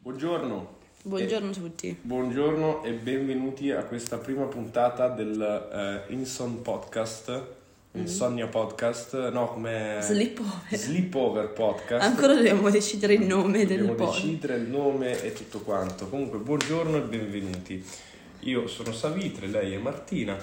Buongiorno. Buongiorno a tutti. Buongiorno e benvenuti a questa prima puntata del Insomnia Podcast, no, come Sleepover Podcast. Ancora dobbiamo decidere il nome del podcast. Dobbiamo decidere il nome e tutto quanto. Comunque, buongiorno e benvenuti. Io sono Savitre, lei è Martina.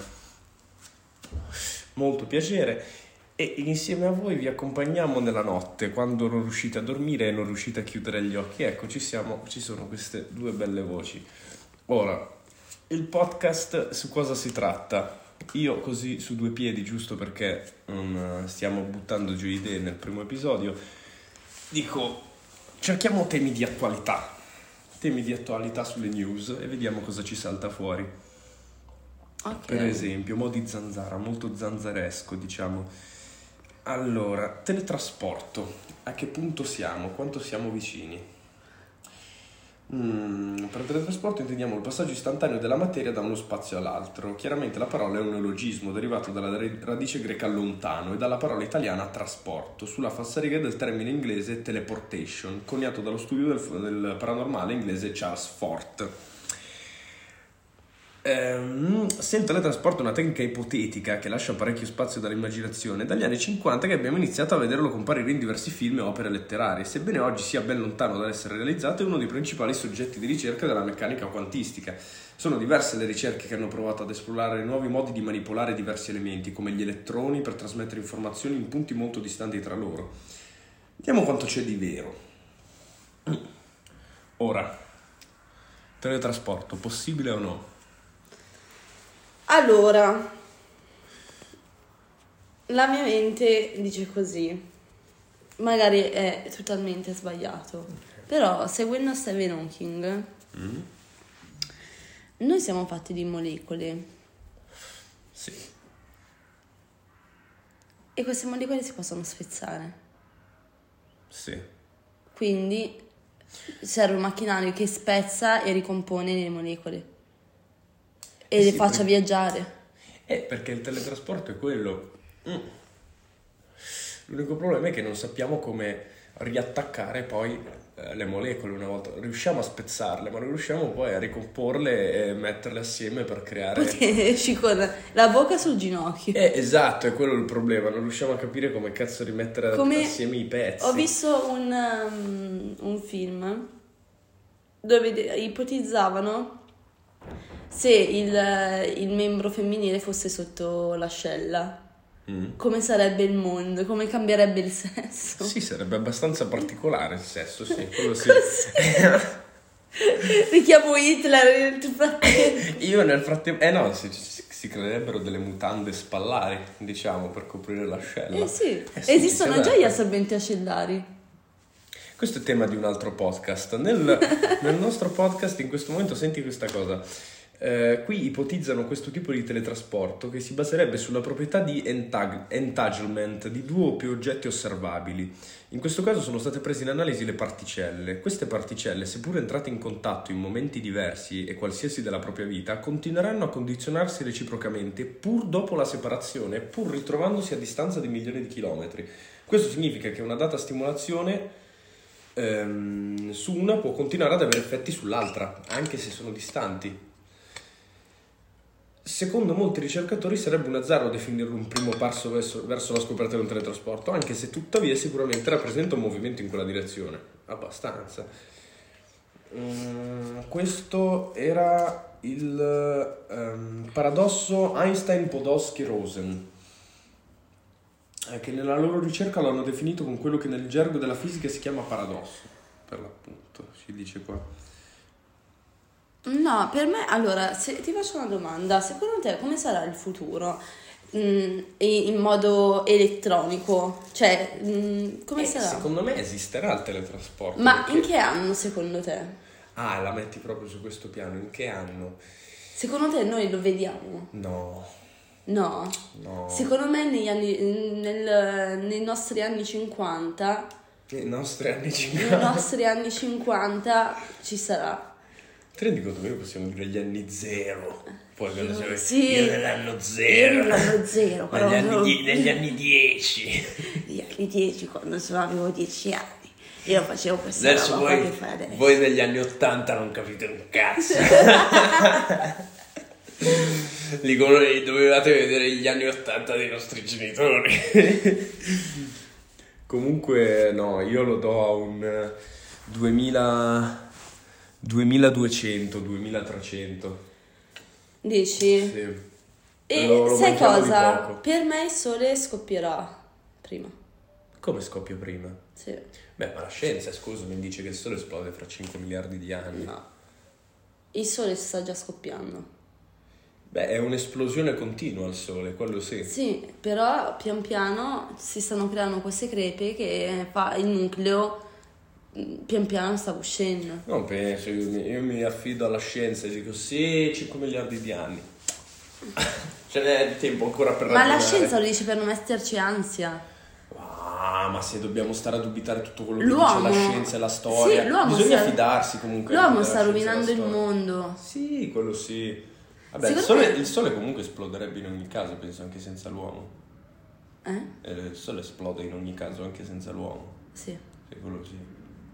Molto piacere. E insieme a voi vi accompagniamo nella notte, quando non riuscite a dormire e non riuscite a chiudere gli occhi. Ecco, ci sono queste due belle voci. Ora, il podcast su cosa si tratta? Io così su due piedi, giusto perché non stiamo buttando giù idee nel primo episodio, dico, cerchiamo temi di attualità sulle news e vediamo cosa ci salta fuori. Okay. Per esempio, mo' di zanzara, molto zanzaresco, diciamo. Allora, teletrasporto, a che punto siamo? Quanto siamo vicini? Per teletrasporto intendiamo il passaggio istantaneo della materia da uno spazio all'altro. Chiaramente la parola è un neologismo derivato dalla radice greca lontano e dalla parola italiana trasporto, sulla falsariga del termine inglese teleportation, coniato dallo studio del paranormale inglese Charles Fort. Se il teletrasporto è una tecnica ipotetica che lascia parecchio spazio dall'immaginazione, è dagli anni 50 che abbiamo iniziato a vederlo comparire in diversi film e opere letterarie. Sebbene oggi sia ben lontano dall'essere realizzato, è uno dei principali soggetti di ricerca della meccanica quantistica. Sono diverse le ricerche che hanno provato ad esplorare nuovi modi di manipolare diversi elementi, come gli elettroni, per trasmettere informazioni in punti molto distanti tra loro. Vediamo quanto c'è di vero. Ora, teletrasporto, possibile o no? Allora, la mia mente dice così, magari è totalmente sbagliato, però seguendo Stephen Hawking, noi siamo fatti di molecole. Sì. E queste molecole si possono spezzare. Sì. Quindi serve un macchinario che spezza e ricompone le molecole. E le faccia viaggiare. Perché il teletrasporto è quello. L'unico problema è che non sappiamo come riattaccare poi le molecole una volta. Riusciamo a spezzarle, ma non riusciamo poi a ricomporle e metterle assieme per creare... Perché esci con la bocca sul ginocchio. Esatto, è quello il problema. Non riusciamo a capire come cazzo rimettere assieme i pezzi. Ho visto un film dove ipotizzavano se il membro femminile fosse sotto l'ascella, come sarebbe il mondo, come cambierebbe il sesso. Sì, sarebbe abbastanza particolare il sesso, sì, quello sì. Richiamo Hitler nel frattempo. Io nel frattempo... no, si creerebbero delle mutande spallari, diciamo, per coprire l'ascella. Sì, esistono già gli assorbenti ascellari. Questo è tema di un altro podcast. Nel nostro podcast in questo momento senti questa cosa. Qui ipotizzano questo tipo di teletrasporto che si baserebbe sulla proprietà di entanglement di due o più oggetti osservabili. In questo caso sono state prese in analisi le particelle. Queste particelle, seppur entrate in contatto in momenti diversi e qualsiasi della propria vita, continueranno a condizionarsi reciprocamente pur dopo la separazione, pur ritrovandosi a distanza di milioni di chilometri. Questo significa che una data stimolazione su una può continuare ad avere effetti sull'altra, anche se sono distanti. Secondo molti ricercatori sarebbe un azzardo definirlo un primo passo verso la scoperta di un teletrasporto, anche se tuttavia sicuramente rappresenta un movimento in quella direzione. Abbastanza. Questo era il paradosso Einstein-Podolsky-Rosen, che nella loro ricerca l'hanno definito con quello che nel gergo della fisica si chiama paradosso, per l'appunto, si dice qua. No, per me, allora, se ti faccio una domanda, secondo te come sarà il futuro in modo elettronico? Cioè, come sarà? Secondo me esisterà il teletrasporto. Ma perché... in che anno secondo te? Ah, la metti proprio su questo piano, in che anno? Secondo te noi lo vediamo? No. No? No. Secondo me nei nostri anni 50... Nei nostri anni 50? Nei nostri anni 50 ci sarà. Ti rendi conto che noi possiamo dire gli anni zero? Poi sì, io nell'anno zero. Io nell'anno zero, però negli anni 10. Negli anni 10, quando avevo 10 anni. Io facevo questa Adesso roba che fai adesso. voi degli anni 80 non capite un cazzo. Dovevate vedere gli anni 80 dei nostri genitori. Comunque no, io lo do a un 2200, 2300. Dici? Sì. E Lo sai mangiamo di cosa? poco. Per me il sole scoppierà prima. Come scoppia prima? Sì. Beh, ma la scienza, scusa, mi dice che il Sole esplode fra 5 miliardi di anni. No. Il sole sta già scoppiando. Beh, è un'esplosione continua il Sole, quello sì. Sì, però pian piano si stanno creando queste crepe che fa il nucleo pian piano sta uscendo. Non penso, io mi affido alla scienza e dico sì, 5 miliardi di anni. Ce n'è di tempo ancora per Ma la ragionare. scienza lo dice per non metterci ansia. Ah, ma se dobbiamo stare a dubitare tutto quello che L'uomo- dice la scienza e la storia, sì, l'uomo bisogna sta- fidarsi comunque. L'uomo della sta scienza e rovinando il della storia. mondo. Sì, quello sì. Vabbè, Secondo me- il sole comunque esploderebbe in ogni caso, penso, anche senza l'uomo. Il Sole esplode in ogni caso, anche senza l'uomo. Sì, Sì, quello sì.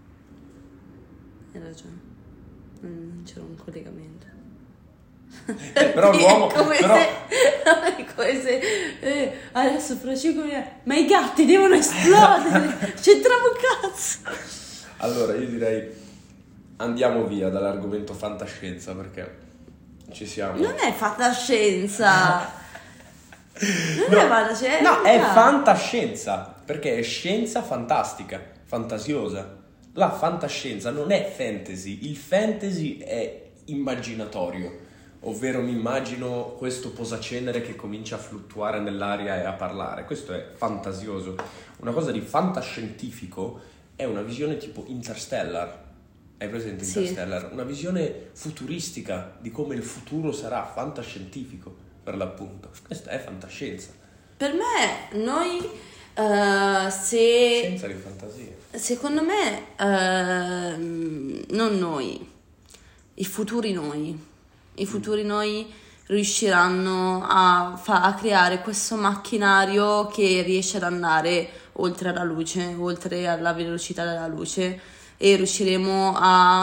hai ragione. Non c'era un collegamento. Però l'uomo... È come però... se... è come se... adesso fra 5 minuti... Ma i gatti devono esplodere! C'entrava un cazzo! Allora, io direi andiamo via dall'argomento fantascienza, perché ci siamo. Non è fantascienza! Non è fantascienza! No, è fantascienza, perché è scienza fantastica, fantasiosa. La fantascienza non è fantasy, il fantasy è immaginatorio, ovvero mi immagino questo posacenere che comincia a fluttuare nell'aria e a parlare. Questo è fantasioso. Una cosa di fantascientifico è una visione tipo Interstellar. Hai presente Sì. Interstellar? Una visione futuristica di come il futuro sarà, fantascientifico per l'appunto. Questa è fantascienza. Per me, noi... se... Scienza di fantasia. Secondo me, non noi, i futuri noi riusciranno a creare questo macchinario che riesce ad andare oltre alla luce, oltre alla velocità della luce, e riusciremo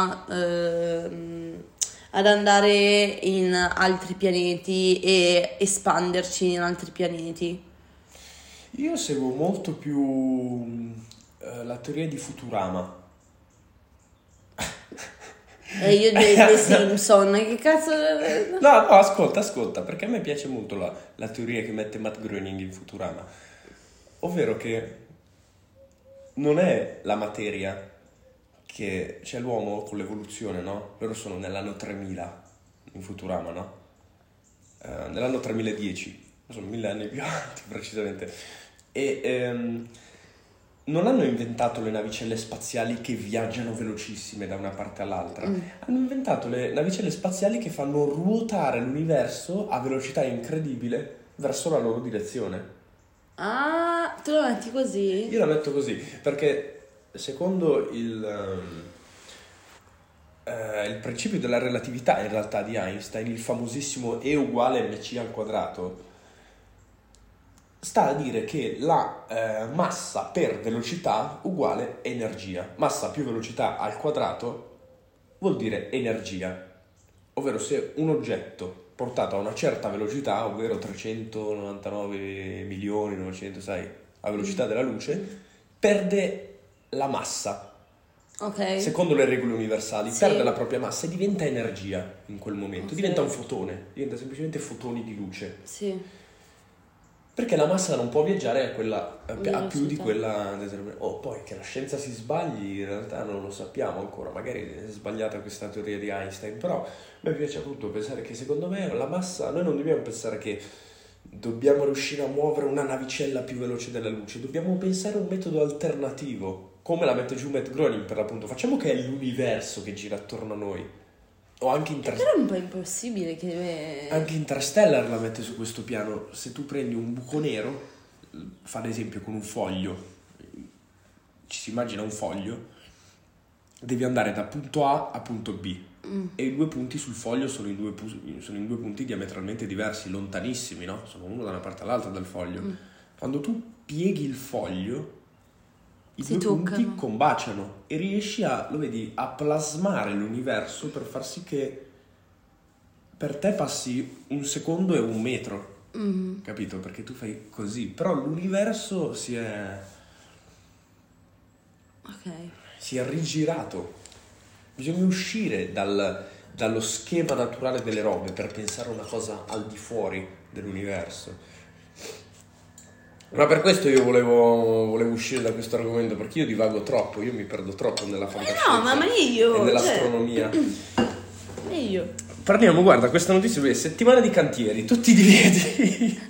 ad andare in altri pianeti e espanderci in altri pianeti. Io seguo molto più la teoria di Futurama. E io dei Simpson, che cazzo... No, ascolta, perché a me piace molto la teoria che mette Matt Groening in Futurama. Ovvero che non è la materia che c'è l'uomo con l'evoluzione, no? Loro sono nell'anno 3000 in Futurama, no? Nell'anno 3010, sono 1000 anni più avanti precisamente. E non hanno inventato le navicelle spaziali che viaggiano velocissime da una parte all'altra. Hanno inventato le navicelle spaziali che fanno ruotare l'universo a velocità incredibile verso la loro direzione. Ah, tu lo metti così? Io la metto così perché secondo il principio della relatività in realtà di Einstein, il famosissimo E uguale mc al quadrato, sta a dire che la massa per velocità uguale energia. Massa più velocità al quadrato vuol dire energia. Ovvero se un oggetto portato a una certa velocità, ovvero 399.900.000, sai, a velocità della luce, perde la massa. Ok. Secondo le regole universali, Sì. perde la propria massa e diventa energia in quel momento. Ok. Diventa un fotone, diventa semplicemente fotoni di luce. Sì. Perché la massa non può viaggiare a più di Velocità. quella determinata. Poi che la scienza si sbagli, in realtà non lo sappiamo ancora. Magari è sbagliata questa teoria di Einstein, però a me piace appunto pensare che secondo me la massa, noi non dobbiamo pensare che dobbiamo riuscire a muovere una navicella più veloce della luce, dobbiamo pensare a un metodo alternativo, come la mette giù Matt Groening per l'appunto. Facciamo che è l'universo che gira attorno a noi. O anche Però è un po' impossibile che... Anche Interstellar la mette su questo piano. Se tu prendi un buco nero, fa l'esempio con un foglio, ci si immagina un foglio, devi andare da punto A a punto B e i due punti sul foglio sono in due punti diametralmente diversi, lontanissimi, no? Sono uno da una parte all'altra del foglio. Quando tu pieghi il foglio, i si due punti toccano, combaciano e riesci lo vedi, a plasmare l'universo per far sì che per te passi un secondo e un metro, capito? Perché tu fai così, però l'universo si è rigirato. Bisogna uscire dallo schema naturale delle robe per pensare a una cosa al di fuori dell'universo. Ma per questo io volevo uscire da questo argomento, perché io divago troppo, io mi perdo troppo nella fantascienza no, ma io, e nell'astronomia. Io. Parliamo, guarda, questa notizia, settimana di cantieri, tutti i divieti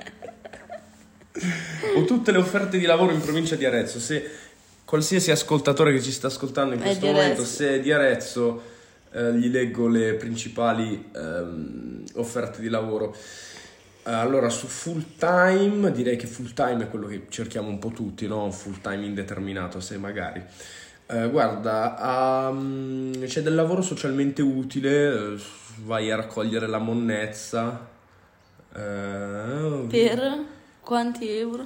o tutte le offerte di lavoro in provincia di Arezzo. Se qualsiasi ascoltatore che ci sta ascoltando in questo momento, se è di Arezzo, gli leggo le principali offerte di lavoro. Allora, su full time, direi che full time è quello che cerchiamo un po' tutti, no? Full time indeterminato, se magari. Guarda, c'è del lavoro socialmente utile, vai a raccogliere la monnezza. Per quanti euro?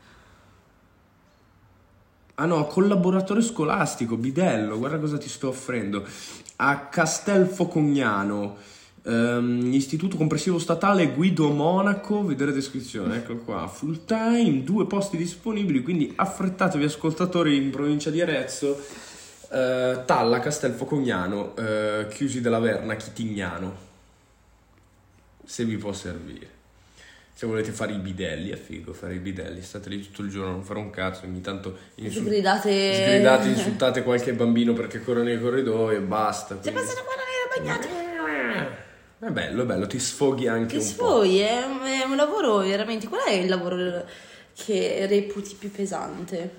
Ah no, collaboratore scolastico, bidello, guarda cosa ti sto offrendo. A Castelfocognano, Istituto Comprensivo Statale Guido Monaco, vedere descrizione, ecco qua, full time, 2 posti disponibili, quindi affrettatevi ascoltatori in provincia di Arezzo, Talla, Castelfocognano, Chiusi della Verna, Chitignano, se vi può servire. Se volete fare i bidelli, è figo fare i bidelli, state lì tutto il giorno, non fare un cazzo, ogni tanto sgridate, insultate qualche bambino perché corre nei corridoi e basta. Se passano qua non era bagnato. È bello, ti sfoghi anche un po'. Ti sfoghi, è un lavoro veramente. Qual è il lavoro che reputi più pesante?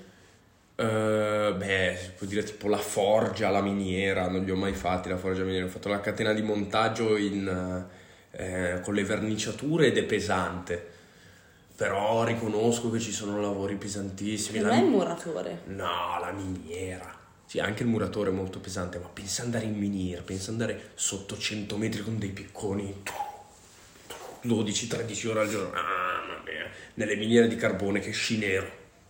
Si può dire tipo la forgia, la miniera, non li ho mai fatti la forgia miniera, ho fatto la catena di montaggio con le verniciature ed è pesante, però riconosco che ci sono lavori pesantissimi. Non è il muratore? No, la miniera. Sì, anche il muratore è molto pesante, ma pensa andare in miniera, pensa andare sotto 100 metri con dei picconi 12-13 ore al giorno. Mamma mia, nelle miniere di carbone che esci nero.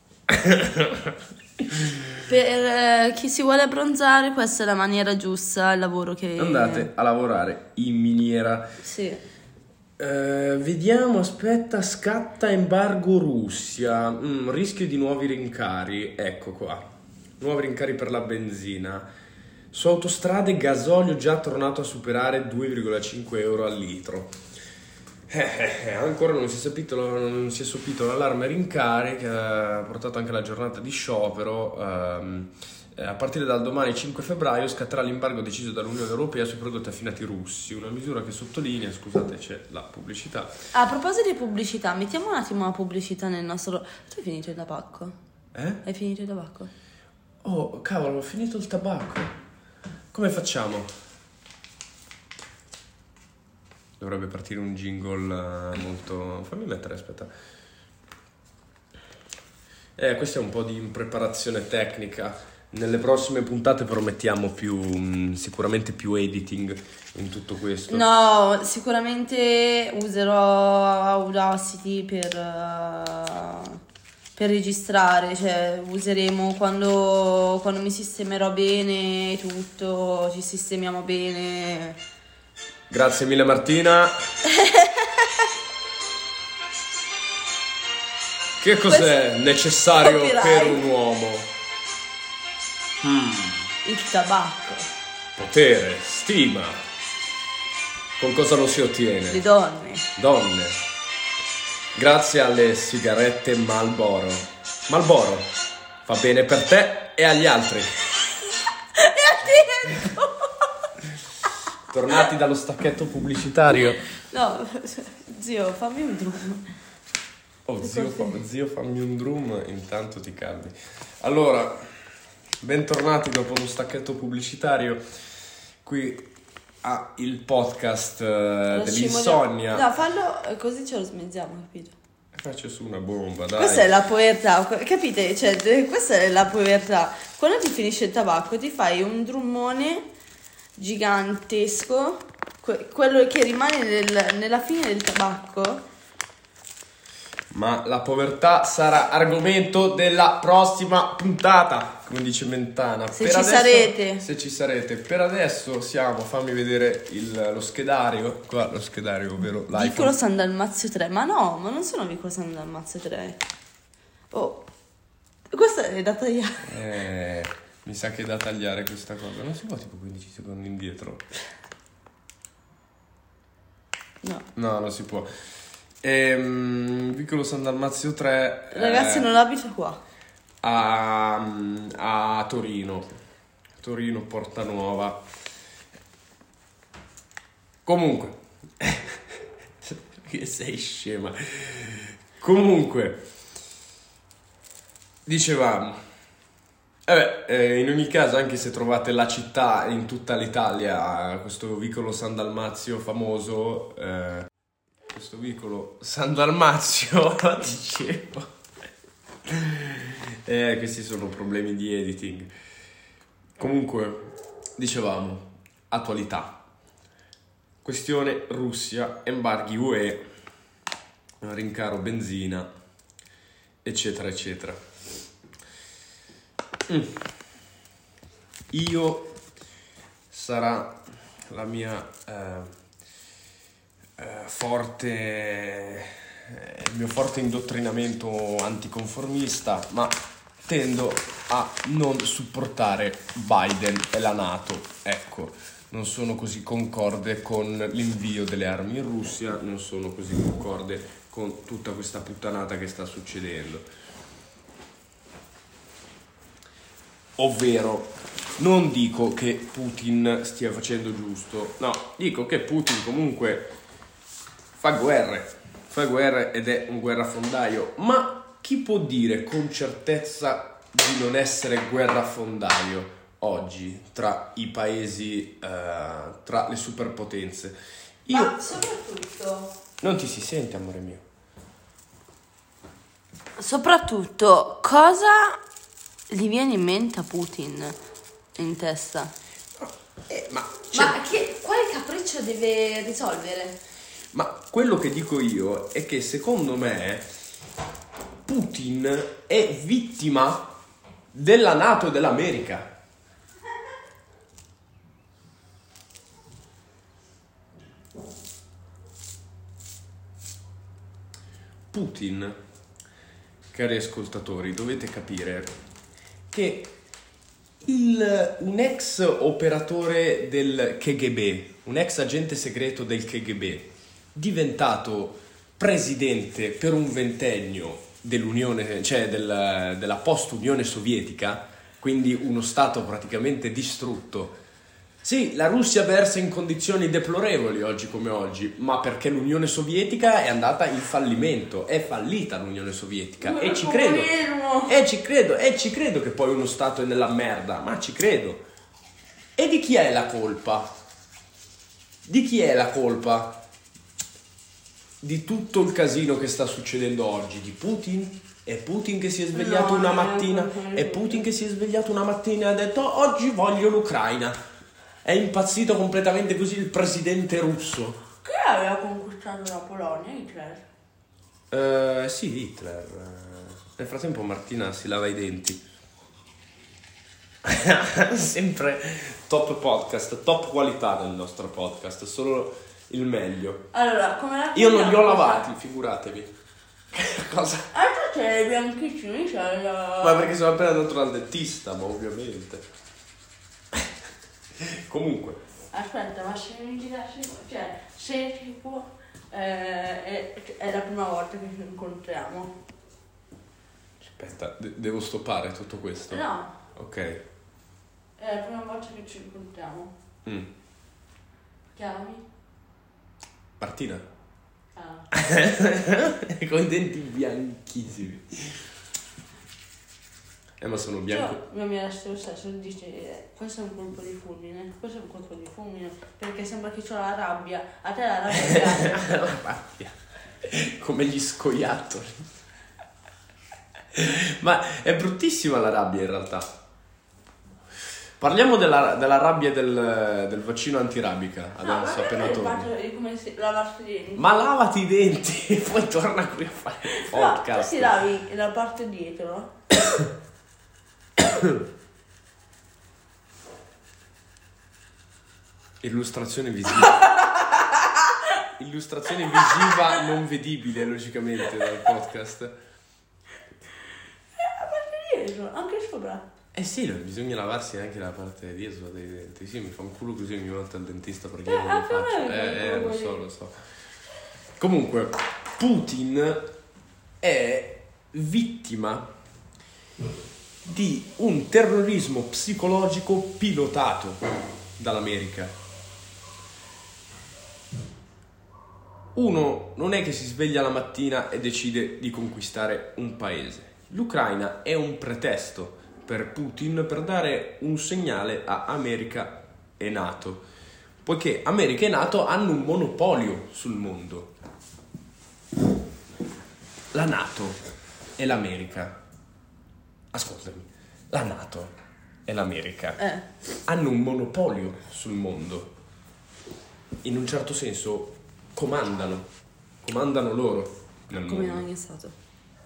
Per chi si vuole abbronzare, questa è la maniera giusta, il lavoro che... Andate a lavorare in miniera. Sì. Vediamo, aspetta, scatta embargo Russia, rischio di nuovi rincari, ecco qua. Nuovi rincari per la benzina. Su autostrade gasolio già tornato a superare 2,5 euro al litro. Ancora non si è sopito l'allarme rincari che ha portato anche la giornata di sciopero. A partire dal domani 5 febbraio scatterà l'embargo deciso dall'Unione Europea sui prodotti affinati russi, una misura che sottolinea, scusate c'è la pubblicità. A proposito di pubblicità, mettiamo un attimo la pubblicità nel nostro... Tu hai finito il tabacco? Hai finito il tabacco? Oh cavolo, ho finito il tabacco, come facciamo? Dovrebbe partire un jingle molto... Fammi mettere, aspetta. Questa è un po' di impreparazione tecnica. Nelle prossime puntate promettiamo sicuramente più editing in tutto questo. No, sicuramente userò Audacity per registrare, cioè useremo quando mi sistemerò bene tutto, ci sistemiamo bene. Grazie mille Martina. Che cos'è necessario per un uomo? Il tabacco. Potere, stima. Con cosa lo si ottiene? Le donne. Grazie alle sigarette Marlboro. Marlboro fa bene per te e agli altri. Tornati dallo stacchetto pubblicitario. No, zio, fammi un drum. Zio, fammi un drum, intanto ti calmi. Allora, bentornati dopo lo stacchetto pubblicitario. Qui il podcast dell'insonnia. No, fallo così ce lo smezziamo, capito? Faccio su una bomba, dai. Questa è la povertà, capite? Cioè, questa è la povertà. Quando ti finisce il tabacco, ti fai un drummone gigantesco, quello che rimane nella fine del tabacco. Ma la povertà sarà argomento della prossima puntata, come dice Mentana. Se ci sarete. Se ci sarete. Per adesso fammi vedere lo schedario. Qua lo schedario, ovvero l'iPhone. Vicolo San Dalmazio 3. Ma no, ma non sono Vicolo San Dalmazio 3. Oh, questa è da tagliare. Mi sa che è da tagliare questa cosa. Non si può tipo 15 secondi indietro? No. No, non si può. Vicolo San Dalmazio 3. Ragazzi, non abito qua. A Torino. Torino, Porta Nuova. Comunque. Che sei scema. Comunque. Dicevamo. In ogni caso, anche se trovate la città in tutta l'Italia, questo vicolo San Dalmazio famoso, questo vicolo San Dalmazio, dicevo, questi sono problemi di editing. Comunque, dicevamo, attualità, questione Russia, embarghi UE, rincaro benzina, eccetera, eccetera. Io sarà la mia il mio forte indottrinamento anticonformista, ma tendo a non supportare Biden e la NATO. Ecco, non sono così concorde con l'invio delle armi in Russia, non sono così concorde con tutta questa puttanata che sta succedendo. Ovvero, non dico che Putin stia facendo giusto, no, dico che Putin comunque fa guerre ed è un guerrafondaio, ma chi può dire con certezza di non essere guerrafondaio oggi tra i paesi, tra le superpotenze? Ma soprattutto... Non ti si sente, amore mio? Soprattutto, cosa gli viene in mente a Putin in testa? Quale capriccio deve risolvere? Ma quello che dico io è che secondo me Putin è vittima della NATO e dell'America. Putin, cari ascoltatori, dovete capire che un ex operatore del KGB, un ex agente segreto del KGB, diventato presidente per un ventennio dell'Unione, cioè della post-Unione Sovietica, quindi uno stato praticamente distrutto. Sì, la Russia versa in condizioni deplorevoli oggi come oggi, ma perché l'Unione Sovietica è andata in fallimento, è fallita l'Unione Sovietica e ci credo che poi uno stato è nella merda, ma ci credo. E di chi è la colpa? Di chi è la colpa di tutto il casino che sta succedendo oggi? Di Putin? È Putin che si è svegliato una mattina? È Putin che si è svegliato una mattina e ha detto oggi voglio l'Ucraina? È impazzito completamente così il presidente russo. Che aveva conquistato la Polonia, Hitler? Sì, Hitler. Nel frattempo Martina si lava i denti. Sempre top podcast, top qualità del nostro podcast, solo il meglio. Allora, come la Io non li ho lavati, figuratevi. Cosa? Ah, tu c'hai i bianchissimi, Ma perché sono appena andato dal dentista, ma ovviamente. Comunque. Aspetta, ma se mi girassi, cioè, se si può, è la prima volta che ci incontriamo. Aspetta, devo stoppare tutto questo? No. Ok. È la prima volta che ci incontriamo. Chiami? Martina. Ah. Con i denti bianchissimi. Ma sono bianco. Mia mia lo stesso dice questo è un colpo di fulmine, questo è un colpo di fulmine, perché sembra che c'ho la rabbia, a te la rabbia. La rabbia. Come gli scoiattoli. Ma è bruttissima la rabbia in realtà. Parliamo della rabbia del vaccino antirabica adesso appena torno. Di come lavarsi i denti. Ma lavati i denti e poi torna qui a fare il podcast. No, tu si lavi la parte dietro. Illustrazione visiva. Illustrazione visiva non vedibile logicamente dal podcast. La parte dietro, anche sopra. Eh sì, bisogna lavarsi anche la parte dietro dei denti. Sì, mi fa un culo così ogni volta al dentista perché io non lo faccio. Lo so. Comunque, Putin è vittima di un terrorismo psicologico pilotato dall'America. Uno non è che si sveglia la mattina e decide di conquistare un paese. L'Ucraina è un pretesto per Putin per dare un segnale a America e NATO, poiché America e NATO hanno un monopolio sul mondo. La NATO e l'America, ascoltami, la NATO e l'America hanno un monopolio sul mondo. In un certo senso comandano loro nel mondo. Come in ogni stato.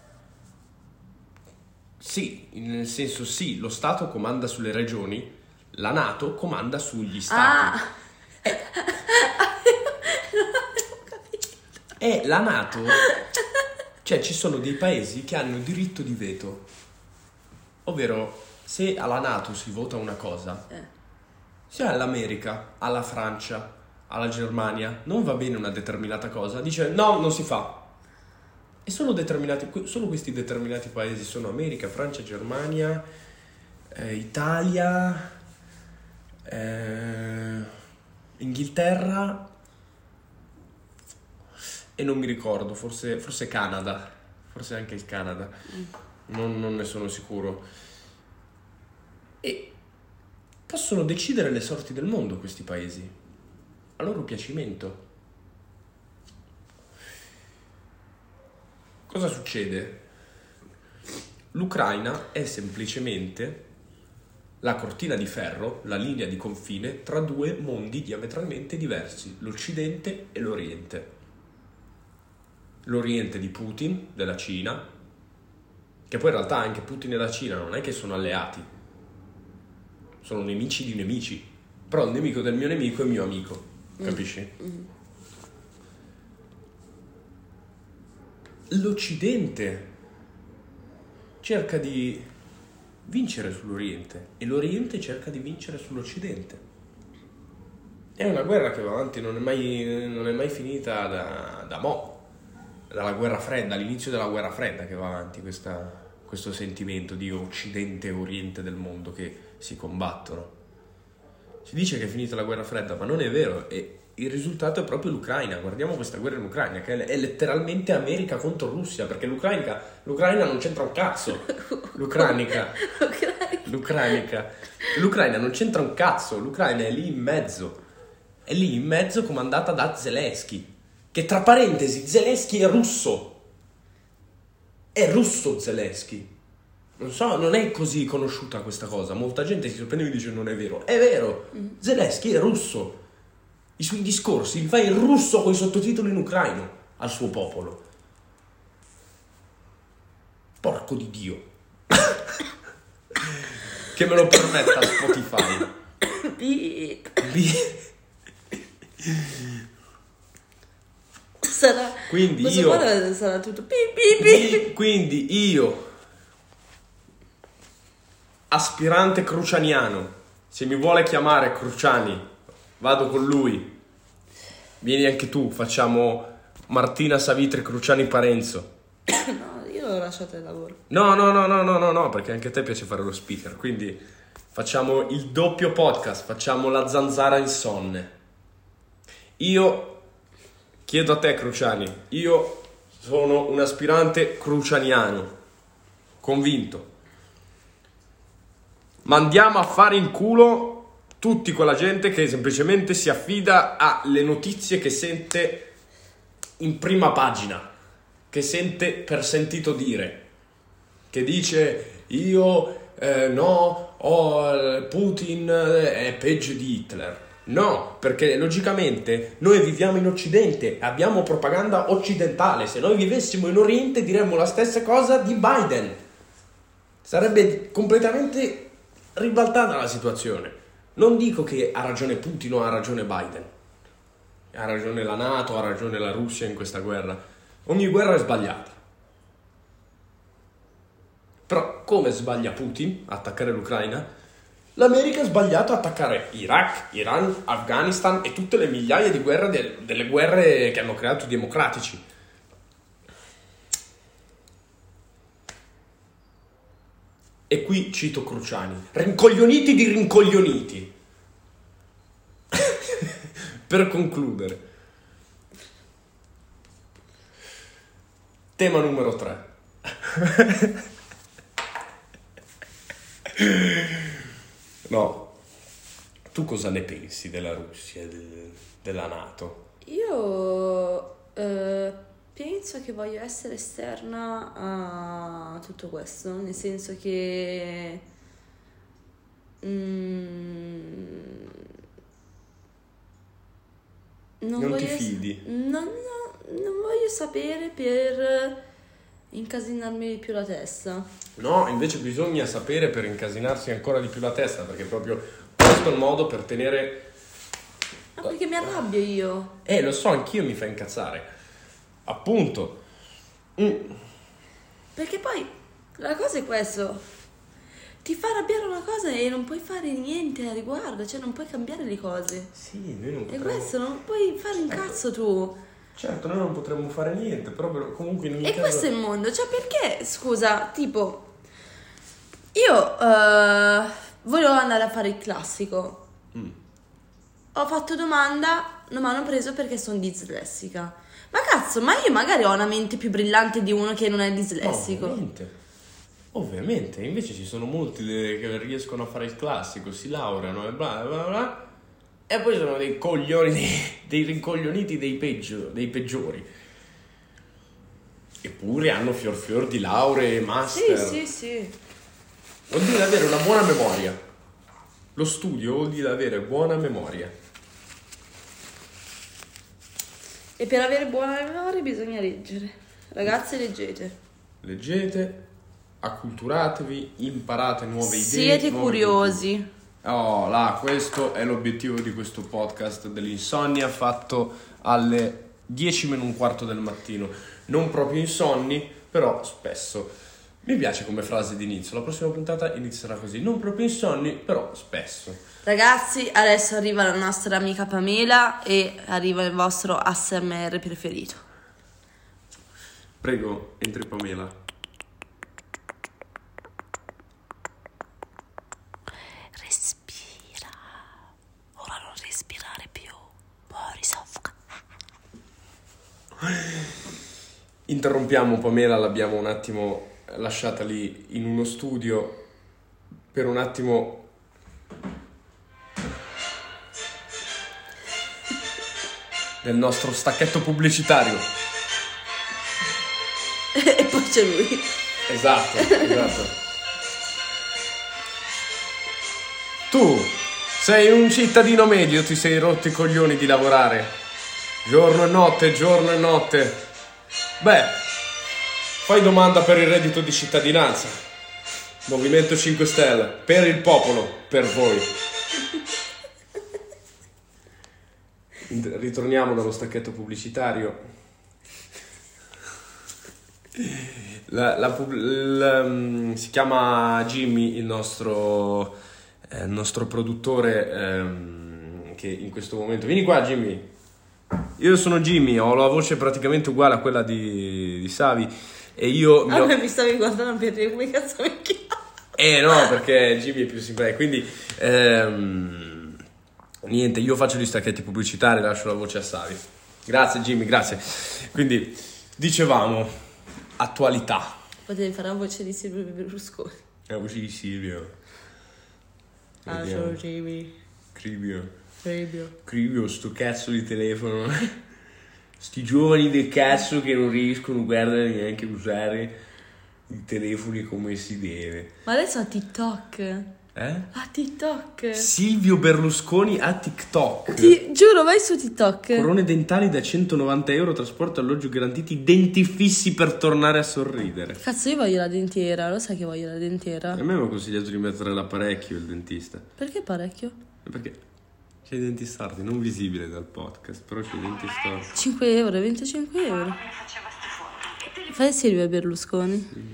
Sì, nel senso sì, lo Stato comanda sulle regioni, la NATO comanda sugli Stati. E la NATO, cioè ci sono dei paesi che hanno diritto di veto, ovvero se alla NATO si vota una cosa, se all'America, alla Francia, alla Germania non va bene una determinata cosa, dice no, non si fa. E solo questi determinati paesi sono America, Francia, Germania, Italia, Inghilterra e non mi ricordo, forse Canada, forse anche il Canada, non ne sono sicuro. E possono decidere le sorti del mondo questi paesi, a loro piacimento. Cosa succede? L'Ucraina è semplicemente la cortina di ferro, la linea di confine tra due mondi diametralmente diversi, l'Occidente e l'Oriente. L'Oriente di Putin, della Cina, che poi in realtà anche Putin e la Cina non è che sono alleati, sono nemici di nemici, però il nemico del mio nemico è mio amico, capisci? L'Occidente cerca di vincere sull'Oriente e l'Oriente cerca di vincere sull'Occidente. È una guerra che va avanti, non è mai finita dalla guerra fredda, all'inizio della guerra fredda che va avanti questo sentimento di Occidente e Oriente del mondo che si combattono. Si dice che è finita la guerra fredda, ma non è vero, e il risultato è proprio l'Ucraina. Guardiamo questa guerra in Ucraina, che è letteralmente America contro Russia, perché l'Ucraina non c'entra un cazzo. L'Ucraina non c'entra un cazzo, l'Ucraina è lì in mezzo. È lì in mezzo comandata da Zelensky, che tra parentesi Zelensky è russo. È russo Zelensky. Non so, non è così conosciuta questa cosa. Molta gente si sorprende e dice non è vero. È vero. Zelensky è russo. I suoi discorsi li fa in russo con i sottotitoli in ucraino al suo popolo. Porco di Dio. Che me lo permetta Spotify. Sarà, quindi sarà tutto quindi io, aspirante crucianiano, se mi vuole chiamare Cruciani, vado con lui. Vieni anche tu, facciamo Martina Savitri Cruciani Parenzo. No, io l'ho lasciato il lavoro. No, perché anche a te piace fare lo speaker, quindi facciamo il doppio podcast, facciamo la zanzara insonne. Io chiedo a te Cruciani, io sono un aspirante crucianiano, convinto. Mandiamo a fare in culo tutti quella gente che semplicemente si affida alle notizie che sente in prima pagina, che sente per sentito dire, che dice io no, Putin è peggio di Hitler. No, perché logicamente noi viviamo in Occidente, abbiamo propaganda occidentale. Se noi vivessimo in Oriente diremmo la stessa cosa di Biden. Sarebbe completamente ribaltata la situazione. Non dico che ha ragione Putin o ha ragione Biden. Ha ragione la NATO, ha ragione la Russia in questa guerra. Ogni guerra è sbagliata. Però come sbaglia Putin a attaccare l'Ucraina, l'America ha sbagliato a attaccare Iraq, Iran, Afghanistan e tutte le migliaia di guerre delle guerre che hanno creato i democratici. E qui cito Cruciani. Rincoglioniti di rincoglioniti. Per concludere. Tema numero 3. No, tu cosa ne pensi della Russia, della NATO? Io penso che voglio essere esterna a tutto questo, nel senso che Non ti fidi? Non voglio sapere per incasinarmi di più la testa. No, invece bisogna sapere per incasinarsi ancora di più la testa, perché proprio questo è il modo per tenere... Ma perché mi arrabbio io? Lo so, anch'io mi fa incazzare. Appunto. Perché poi la cosa è questo. Ti fa arrabbiare una cosa e non puoi fare niente a riguardo, cioè non puoi cambiare le cose. Sì, noi non E potremmo... questo non puoi fare un cazzo tu. Certo, noi non potremmo fare niente, però comunque in ogni E caso... questo è il mondo, cioè perché, scusa, tipo, io volevo andare a fare il classico. Ho fatto domanda, non mi hanno preso perché sono dislessica. Ma cazzo, ma io magari ho una mente più brillante di uno che non è dislessico. Ovviamente, invece ci sono molti che riescono a fare il classico, si laureano e bla bla bla, e poi sono dei coglioni, dei rincoglioniti dei peggiori. Eppure hanno fior di lauree, master. Sì. Vuol dire avere una buona memoria. Lo studio vuol dire avere buona memoria. E per avere buona memoria bisogna leggere. Ragazzi, leggete, Acculturatevi, imparate nuove idee. siete curiosi. Questo è l'obiettivo di questo podcast dell'insonnia, fatto alle 10:45 del mattino. Non proprio insonni, però spesso. Mi piace come frase d'inizio. La prossima puntata inizierà così: non proprio insonni, però spesso. Ragazzi, adesso arriva la nostra amica Pamela e arriva il vostro ASMR preferito. Prego, entri Pamela. Respira. Ora non respirare più. Poi soffoca. Interrompiamo Pamela, l'abbiamo un attimo lasciata lì in uno studio per un attimo. Del nostro stacchetto pubblicitario. E poi c'è lui. Esatto. Tu sei un cittadino medio, ti sei rotto i coglioni di lavorare giorno e notte. Beh, fai domanda per il reddito di cittadinanza. Movimento 5 Stelle, per il popolo, per voi. Ritorniamo dallo stacchetto pubblicitario. Si chiama Jimmy il nostro produttore, che in questo momento... Vieni qua Jimmy. Io sono Jimmy, ho la voce praticamente uguale a quella di Savi. E io... mi stavi guardando per dire come cazzo mi chiamo. No, perché Jimmy è più simpatico. Quindi... niente, io faccio gli stacchetti pubblicitari, lascio la voce a Savi. Grazie Jimmy, grazie. Quindi, dicevamo, attualità. Potevi fare la voce di Silvio Berlusconi. La voce di Silvio. Ciao Jimmy. Cribio, sto cazzo di telefono. Sti giovani del cazzo che non riescono, guarda, neanche a usare i telefoni come si deve. Ma adesso ha TikTok. A TikTok. Silvio Berlusconi a TikTok. Ti giuro, vai su TikTok. Corone dentali da 190 euro, trasporto e alloggio garantiti, denti fissi per tornare a sorridere. Cazzo, io voglio la dentiera, lo sai che voglio la dentiera? A me mi ha consigliato di mettere l'apparecchio il dentista. Perché parecchio? Perché c'è i denti storti, non visibile dal podcast, però c'è i denti storti. 5 euro, 25 euro. Fai Silvio Berlusconi.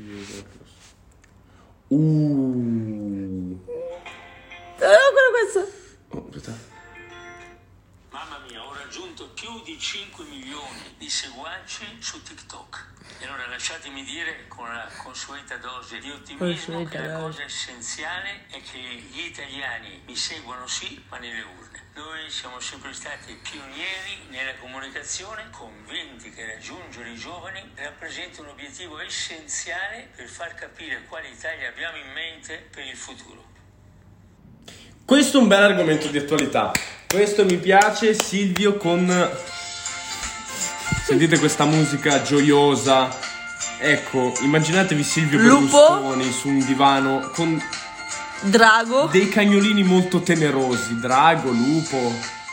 Guarda questo. Oh, aspetta. Mamma mia, ho raggiunto più di 5 milioni di seguaci su TikTok. E allora lasciatemi dire con la consueta dose di ottimismo che la cosa essenziale è che gli italiani mi seguono sì, ma nelle urne. Noi siamo sempre stati pionieri nella comunicazione, convinti che raggiungere i giovani rappresenta un obiettivo essenziale per far capire quale Italia abbiamo in mente per il futuro. Questo è un bel argomento di attualità. Questo mi piace, Silvio, con... Sentite questa musica gioiosa. Ecco, immaginatevi Silvio Berlusconi su un divano con Drago. dei cagnolini molto tenerosi. Drago, lupo.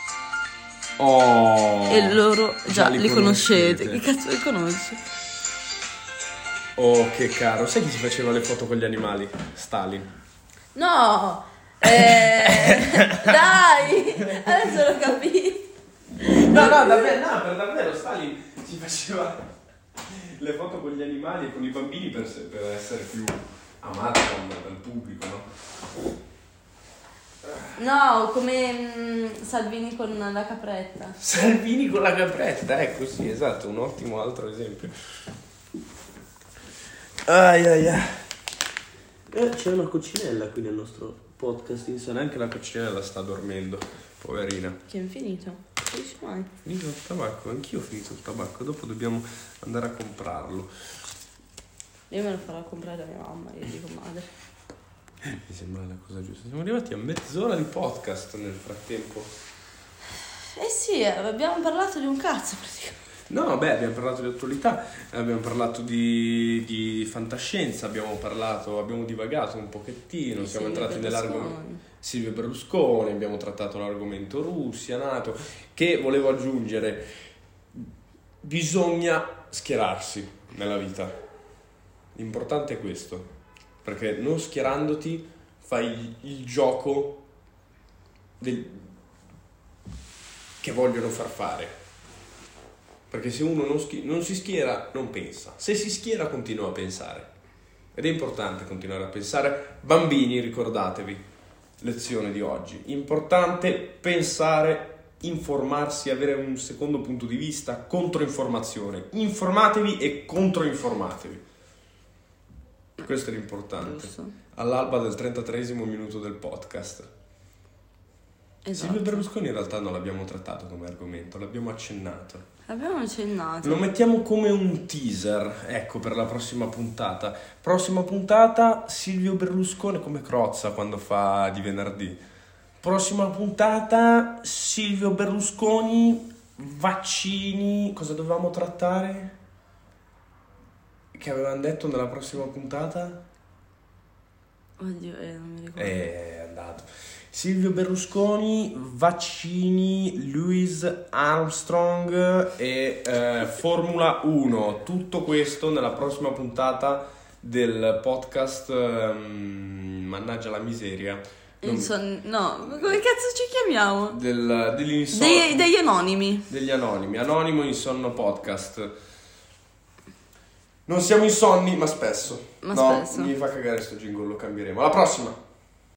Oh. E loro già li li conoscete. Che cazzo li conosci? Oh, che caro. Sai chi si faceva le foto con gli animali? Stalin. No. Dai. Adesso l'ho capito. No, davvero, per davvero Stalin si faceva le foto con gli animali e con i bambini per essere più amato dal pubblico, no? No, come Salvini con la capretta. Salvini con la capretta, ecco, sì, esatto, un ottimo altro esempio. C'è una coccinella qui nel nostro podcast, neanche la coccinella sta dormendo, poverina. Che è infinito. Dici mai? Finito il tabacco, anch'io ho finito il tabacco, dopo dobbiamo andare a comprarlo. Io me lo farò comprare a mia mamma, io dico madre. Mi sembra la cosa giusta. Siamo arrivati a mezz'ora di podcast nel frattempo. Eh sì, abbiamo parlato di un cazzo praticamente. No, beh, abbiamo parlato di attualità, abbiamo parlato di fantascienza, abbiamo divagato un pochettino, siamo entrati nell'argomento Silvio Berlusconi, abbiamo trattato l'argomento Russia, NATO, che volevo aggiungere, bisogna schierarsi nella vita, l'importante è questo, perché non schierandoti fai il gioco che vogliono far fare. Perché se uno non si schiera, non pensa. Se si schiera, continua a pensare. Ed è importante continuare a pensare. Bambini, ricordatevi, lezione di oggi. Importante pensare, informarsi, avere un secondo punto di vista, controinformazione. Informatevi e controinformatevi. Questo è l'importante. Giusto. All'alba del 33esimo minuto del podcast. Esatto. Silvio Berlusconi in realtà non l'abbiamo trattato come argomento, l'abbiamo accennato. Abbiamo accennato. Lo mettiamo come un teaser, ecco, per la prossima puntata. Prossima puntata, Silvio Berlusconi come Crozza quando fa di venerdì. Prossima puntata, Silvio Berlusconi, vaccini. Cosa dovevamo trattare? Che avevano detto nella prossima puntata? Oddio, non mi ricordo. È andato. Silvio Berlusconi, vaccini, Louis Armstrong e Formula 1. Tutto questo nella prossima puntata del podcast Mannaggia la miseria. No, come cazzo ci chiamiamo? Degli anonimi. Degli anonimi. Anonimo Insonno Podcast. Non siamo insonni, ma spesso. Spesso. Mi fa cagare sto jingle, lo cambieremo. Alla prossima!